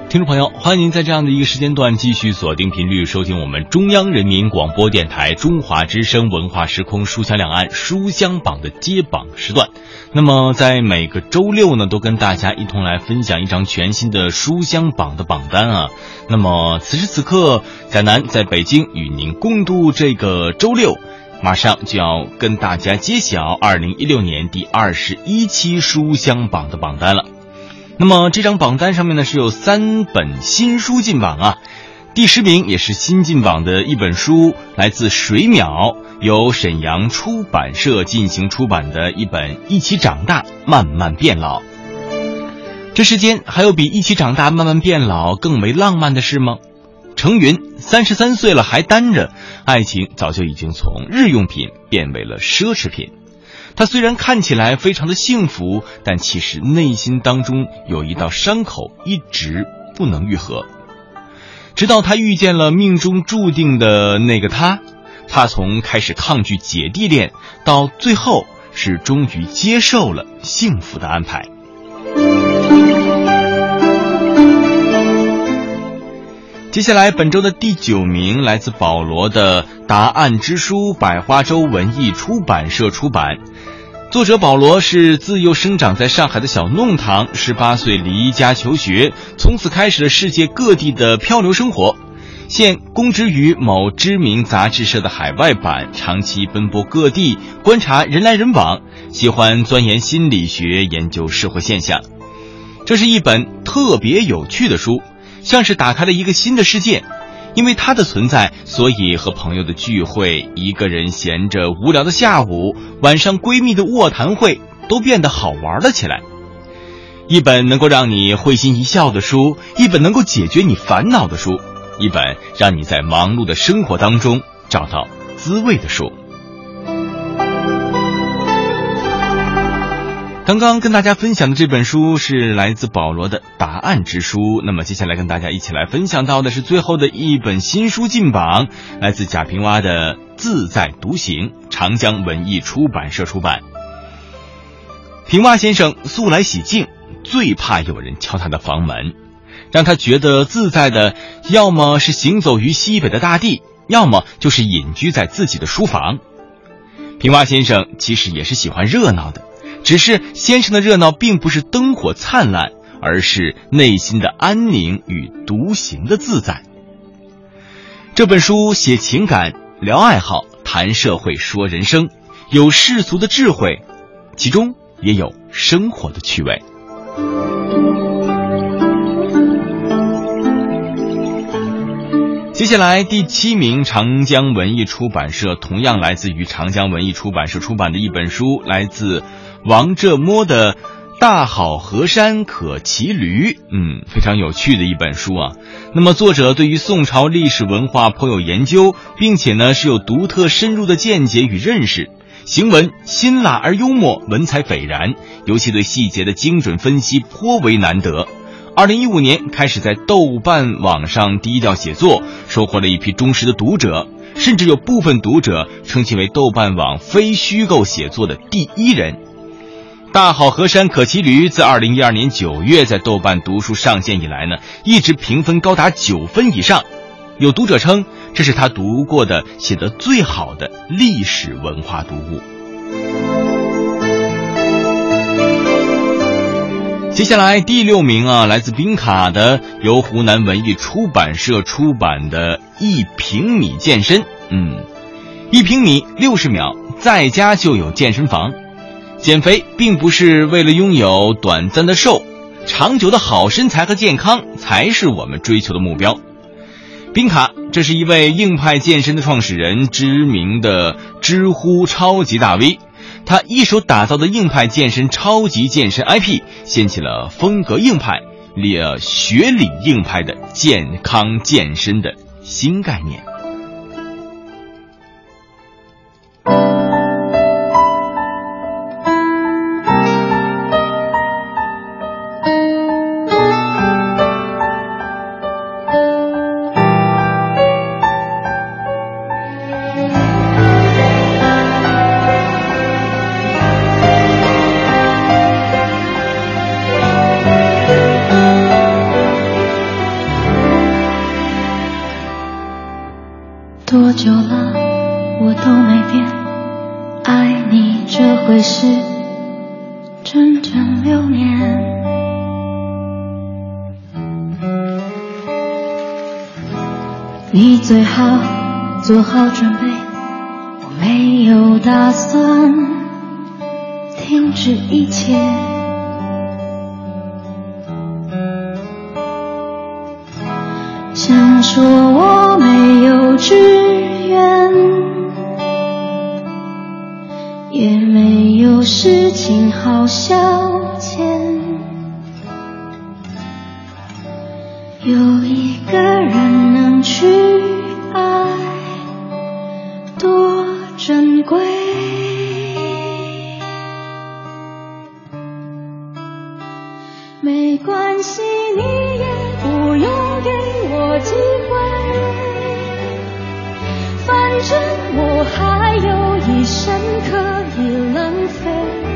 听众朋友，欢迎您在这样的一个时间段继续锁定频率收听我们中央人民广播电台中华之声文化时空书香两岸书香榜的揭榜时段。那么在每个周六呢，都跟大家一同来分享一张全新的书香榜的榜单啊。那么此时此刻，贾楠在北京与您共度这个周六，马上就要跟大家揭晓2016年第21期书香榜的榜单了。那么这张榜单上面呢是有3本新书进榜啊，第10名也是新进榜的一本书，来自水淼，由沈阳出版社进行出版的一本《一起长大，慢慢变老》。这世间还有比一起长大慢慢变老更为浪漫的事吗？程云33岁了还单着，爱情早就已经从日用品变为了奢侈品。他虽然看起来非常的幸福，但其实内心当中有一道伤口一直不能愈合。直到他遇见了命中注定的那个他从开始抗拒姐弟恋，到最后是终于接受了幸福的安排。接下来本周的第9名来自保罗的《答案之书》，百花洲文艺出版社出版。作者保罗是自幼生长在上海的小弄堂，18岁离家求学，从此开始了世界各地的漂流生活。现供职于某知名杂志社的海外版，长期奔波各地，观察人来人往，喜欢钻研心理学，研究社会现象。这是一本特别有趣的书，像是打开了一个新的世界。因为它的存在，所以和朋友的聚会，一个人闲着无聊的下午，晚上闺蜜的卧谈会，都变得好玩了起来。一本能够让你会心一笑的书，一本能够解决你烦恼的书，一本让你在忙碌的生活当中找到滋味的书。刚刚跟大家分享的这本书是来自保罗的《答案之书》，那么接下来跟大家一起来分享到的是最后的一本新书进榜，来自贾平凹的《自在独行》，长江文艺出版社出版。平凹先生素来喜静，最怕有人敲他的房门，让他觉得自在的要么是行走于西北的大地，要么就是隐居在自己的书房。平凹先生其实也是喜欢热闹的，只是先生的热闹并不是灯火灿烂，而是内心的安宁与独行的自在。这本书写情感，聊爱好，谈社会，说人生，有世俗的智慧，其中也有生活的趣味。接下来第7名，长江文艺出版社，同样来自于长江文艺出版社出版的一本书，来自王浙摸的《大好河山可骑驴》，非常有趣的一本书啊。那么作者对于宋朝历史文化颇有研究，并且呢是有独特深入的见解与认识，行文辛辣而幽默，文采斐然，尤其对细节的精准分析颇为难得。2015年开始在豆瓣网上低调写作，收获了一批忠实的读者，甚至有部分读者称其为豆瓣网非虚构写作的第1人。大好河山可骑驴自2012年9月在豆瓣读书上线以来呢，一直评分高达9分以上，有读者称这是他读过的写得最好的历史文化读物。接下来第6名啊，来自冰卡的由湖南文艺出版社出版的《1平米健身》。1平米60秒，在家就有健身房。减肥并不是为了拥有短暂的瘦，长久的好身材和健康才是我们追求的目标。冰卡这是一位硬派健身的创始人，知名的知乎超级大 V，他一手打造的硬派健身超级健身 IP， 掀起了风格硬派、学理硬派的健康健身的新概念。 多久了，我都没变，爱你这回是整整6年。你最好做好准备，我没有打算停止一切。想说我没有志愿，也没有事情好消遣，有一个人能去爱，多珍贵。没关系，你也不用给我机会，反正我还有一生可以浪费。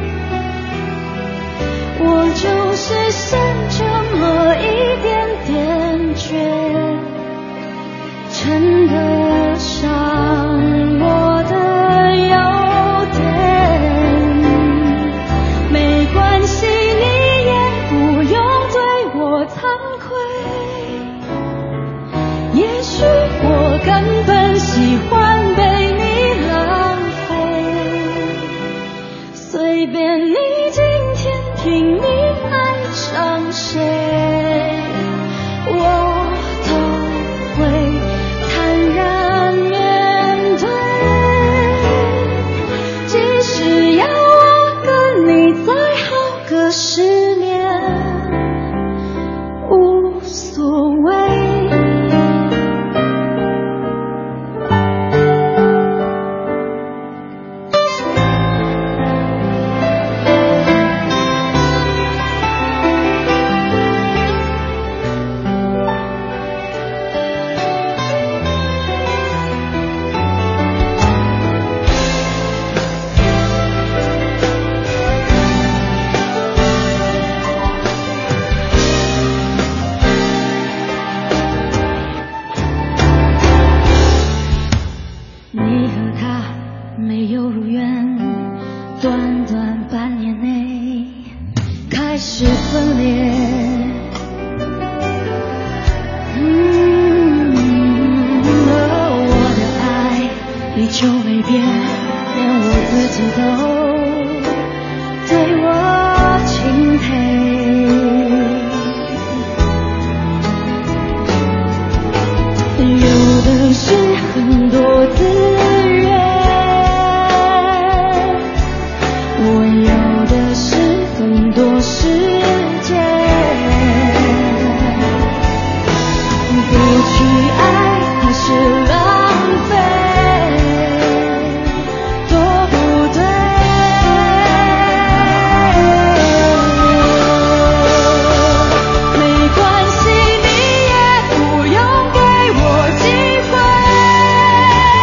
我就是剩这么一点点倔，称得上我的优点。没关系，你也不用对我惭愧，也许我根本喜欢被你浪费。随便你今天听你爱上谁，我都会坦然面对。即使要我跟你再好个10年，无所谓。你和他没有如愿，短短半年内开始分裂。我的爱依旧没变，连我自己都对我钦佩。有的是很多资源，我有的是很多时间，不去爱还是浪费，多不对。没关系，你也不用给我机会，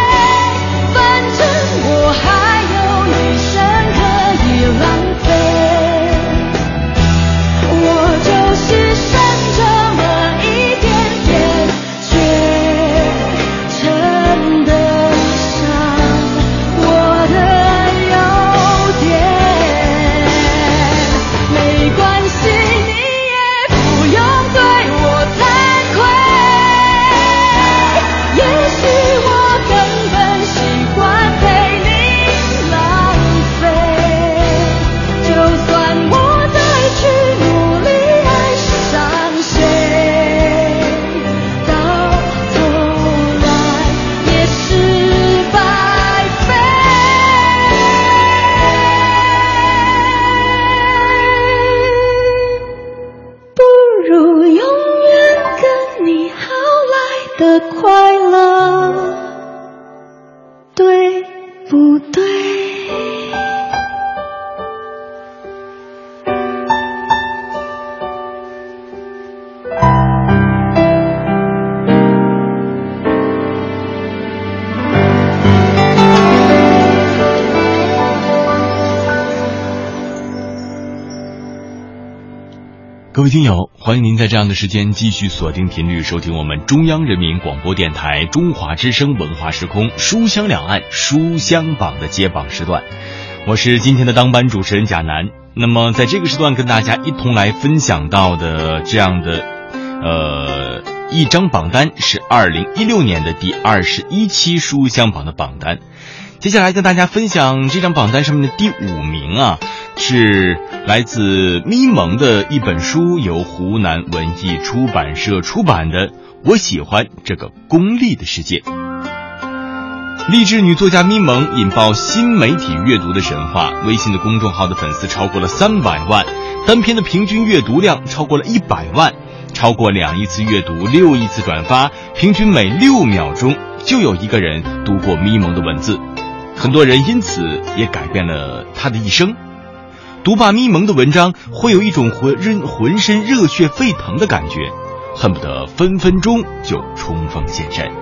各位听友，欢迎您在这样的时间继续锁定频率，收听我们中央人民广播电台中华之声文化时空书香两岸书香榜的揭榜时段。我是今天的当班主持人贾楠。那么在这个时段跟大家一同来分享到的这样的一张榜单是2016年的第21期书香榜的榜单。接下来跟大家分享这张榜单上面的第5名啊，是来自咪蒙的一本书，由湖南文艺出版社出版的《我喜欢这个功利的世界》。励志女作家咪蒙引爆新媒体阅读的神话，微信的公众号的粉丝超过了300万，单篇的平均阅读量超过了100万，超过2亿次阅读，6亿次转发，平均每6秒钟就有一个人读过咪蒙的文字。很多人因此也改变了他的一生。读罢咪蒙的文章，会有一种浑身热血沸腾的感觉，恨不得分分钟就冲锋陷阵。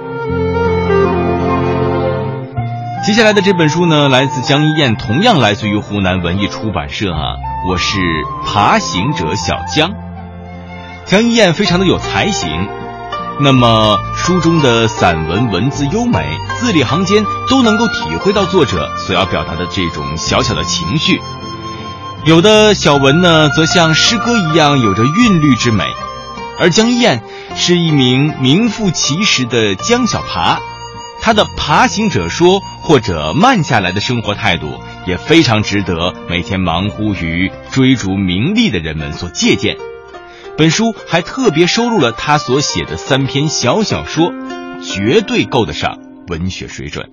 接下来的这本书呢，来自江一燕，同样来自于湖南文艺出版社啊。我是爬行者小江。江一燕非常的有才型，那么书中的散文文字优美，字里行间都能够体会到作者所要表达的这种小小的情绪。有的小文呢，则像诗歌一样有着韵律之美。而江一燕是一名名副其实的江小爬，他的爬行者说或者慢下来的生活态度，也非常值得每天忙乎于追逐名利的人们所借鉴。本书还特别收录了他所写的3篇小小说，绝对够得上文学水准。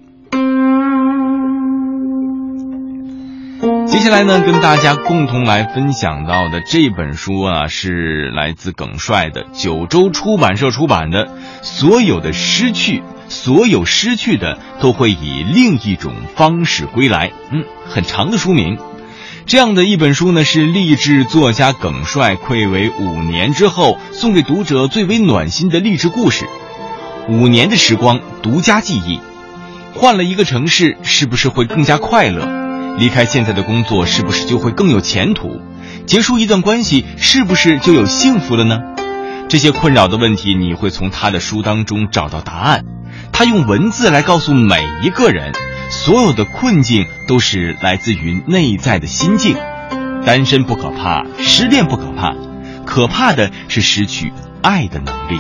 接下来呢，跟大家共同来分享到的这本书啊，是来自耿帅的九州出版社出版的《所有的失去，所有失去的都会以另一种方式归来》。很长的书名。这样的一本书呢，是励志作家耿帅暌违5年之后送给读者最为暖心的励志故事。5年的时光，独家记忆。换了一个城市，是不是会更加快乐？离开现在的工作，是不是就会更有前途？结束一段关系，是不是就有幸福了呢？这些困扰的问题，你会从他的书当中找到答案。他用文字来告诉每一个人，所有的困境都是来自于内在的心境。单身不可怕，失恋不可怕，可怕的是失去爱的能力。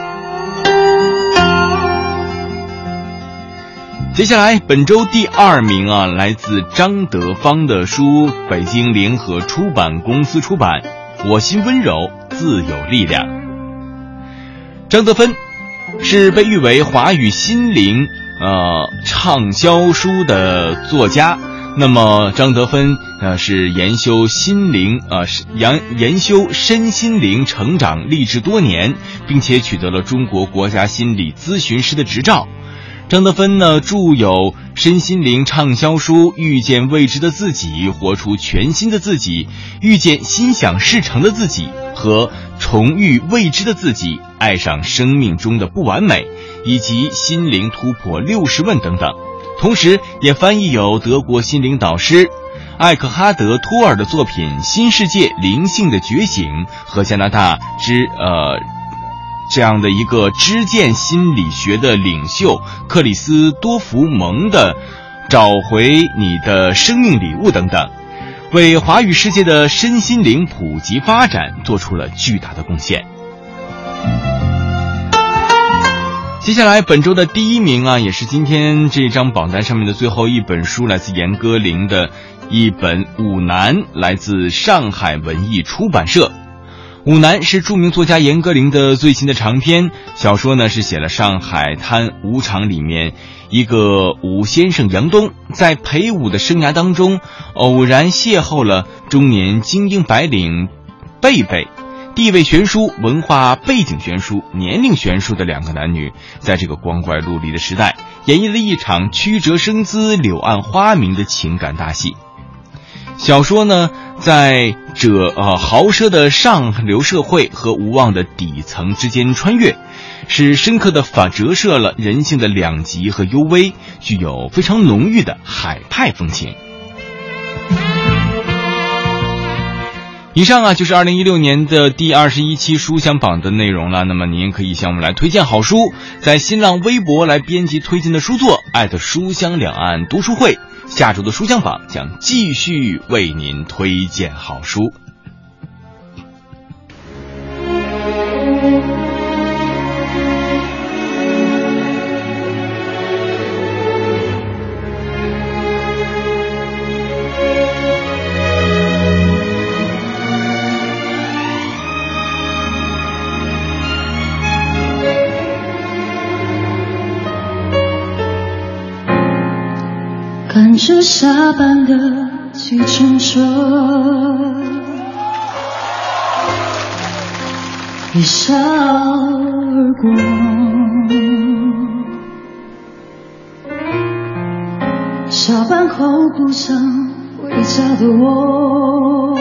接下来本周第2名啊，来自张德芳的书，北京联合出版公司出版，我心温柔，自有力量。张德芬是被誉为华语心灵畅销书的作家。那么张德芬是研修身心灵成长励志多年，并且取得了中国国家心理咨询师的执照。张德芬呢，著有身心灵畅销书《遇见未知的自己，活出全新的自己，遇见心想事成的自己》和重遇未知的自己，爱上生命中的不完美，以及心灵突破60问等等。同时也翻译有德国心灵导师艾克哈德·托尔的作品《新世界灵性的觉醒》和加拿大这样的一个知见心理学的领袖克里斯多福蒙的找回你的生命礼物等等，为华语世界的身心灵普及发展做出了巨大的贡献。接下来本周的第1名啊，也是今天这张榜单上面的最后一本书，来自严歌苓的一本《舞男》，来自上海文艺出版社。《舞男》是著名作家严歌苓的最新的长篇小说呢，是写了上海滩舞场里面一个舞先生杨东在陪舞的生涯当中，偶然邂逅了中年精英白领贝贝，地位悬殊、文化背景悬殊、年龄悬殊的2个男女，在这个光怪陆离的时代，演绎了一场曲折生姿、柳暗花明的情感大戏。小说呢，在豪奢的上流社会和无望的底层之间穿越，是深刻的折射了人性的两极和幽微，具有非常浓郁的海派风情。 以上啊就是2016年的第21期书香榜的内容了。那么您可以向我们来推荐好书，在新浪微博来编辑推荐的书作，书香两岸读书会。下周的书香榜将继续为您推荐好书。 赶着下班的计程车，一笑而过，下班后不想回家的我，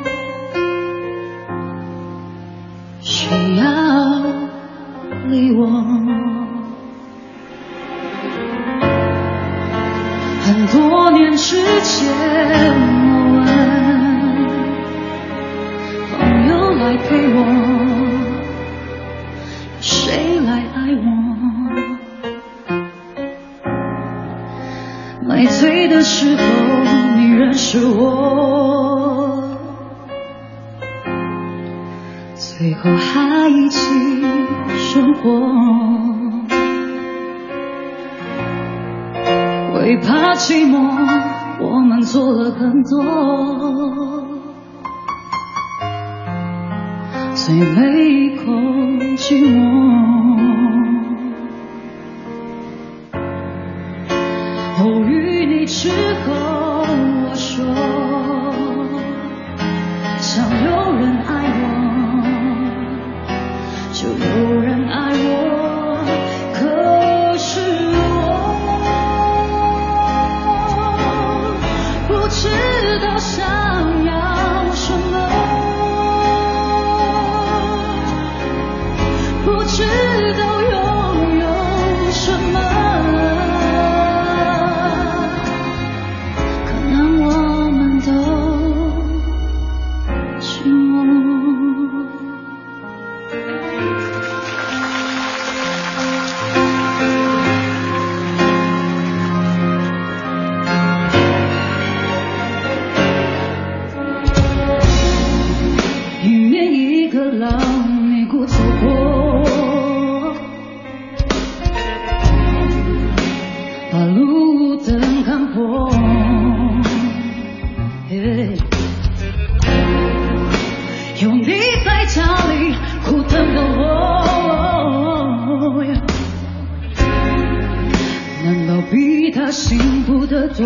需要理我。很多年之前，我问朋友来陪我，谁来爱我？买醉的时候，你认识我，最后还一起生活。为怕寂寞，我们做了很多，最美一口寂寞。偶遇你之后，我说想有人爱我，就有人爱我，可是不知道想要什么，不知道拥有什么，可能我们都寂寞。把路灯看破，有你在家里苦等的我，难道比他幸福得多？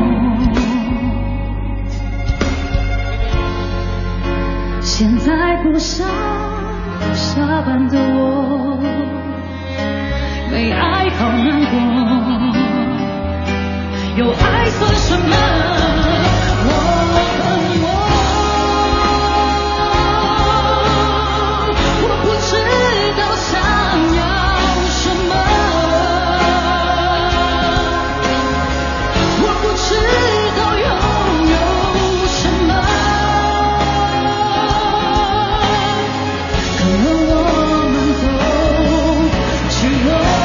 现在不想下班的我，没爱好难过，有爱算什么？我不知道想要什么，我不知道拥有什么，可能我们都寂寞。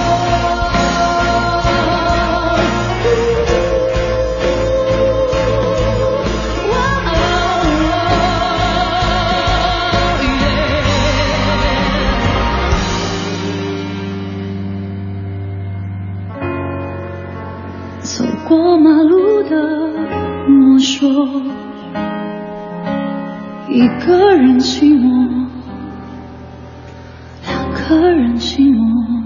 走过马路的我说，一个人寂寞，两个人寂寞。